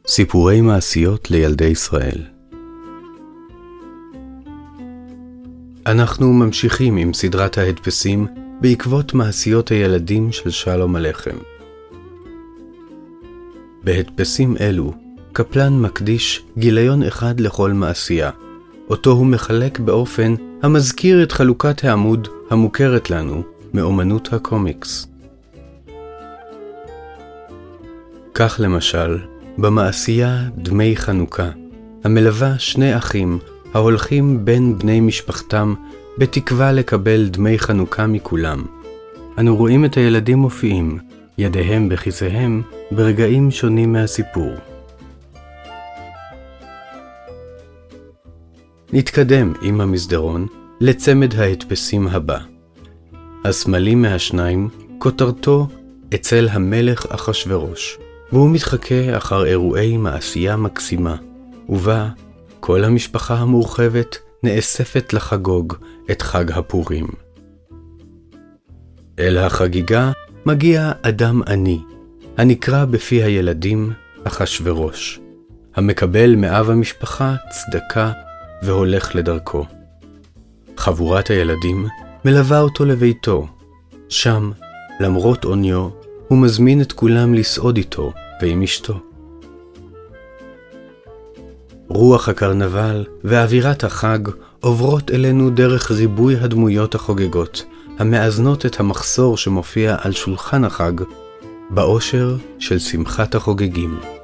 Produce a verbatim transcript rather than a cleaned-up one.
סיפורי מעשיות לילדי ישראל. אנחנו ממשיכים עם סדרת ההדפסים בעקבות מעשיות הילדים של שלום עליכם. בהדפסים אלו, קפלן מקדיש גיליון אחד לכל מעשייה, אותו הוא מחלק באופן המזכיר את חלוקת העמוד המוכרת לנו מאומנות הקומיקס. כך למשל, במעשייה דמי חנוכה, המלווה שני אחים ההולכים בין בני משפחתם בתקווה לקבל דמי חנוכה מכולם. אנו רואים את הילדים מופיעים, ידיהם בכיסיהם, ברגעים שונים מהסיפור. נתקדם עם המסדרון לצמד ההדפסים הבא. הסמלים מהשניים, כותרתו אצל המלך אחשוורוש, והוא מתחכה אחר אירועי מעשייה מקסימה, ובה כל המשפחה המורחבת נאספת לחגוג את חג הפורים. אל החגיגה מגיע אדם עני, הנקרא בפי הילדים אחשוורוש, המקבל מאב המשפחה צדקה והולך לדרכו. חבורת הילדים מלווה אותו לביתו. שם, למרות עוניו, הוא מזמין את כולם לסעוד איתו ועם אשתו. רוח הקרנבל ואווירת החג עוברות אלינו דרך ריבוי הדמויות החוגגות, המאזנות את המחסור שמופיע על שולחן החג, באושר של שמחת החוגגים.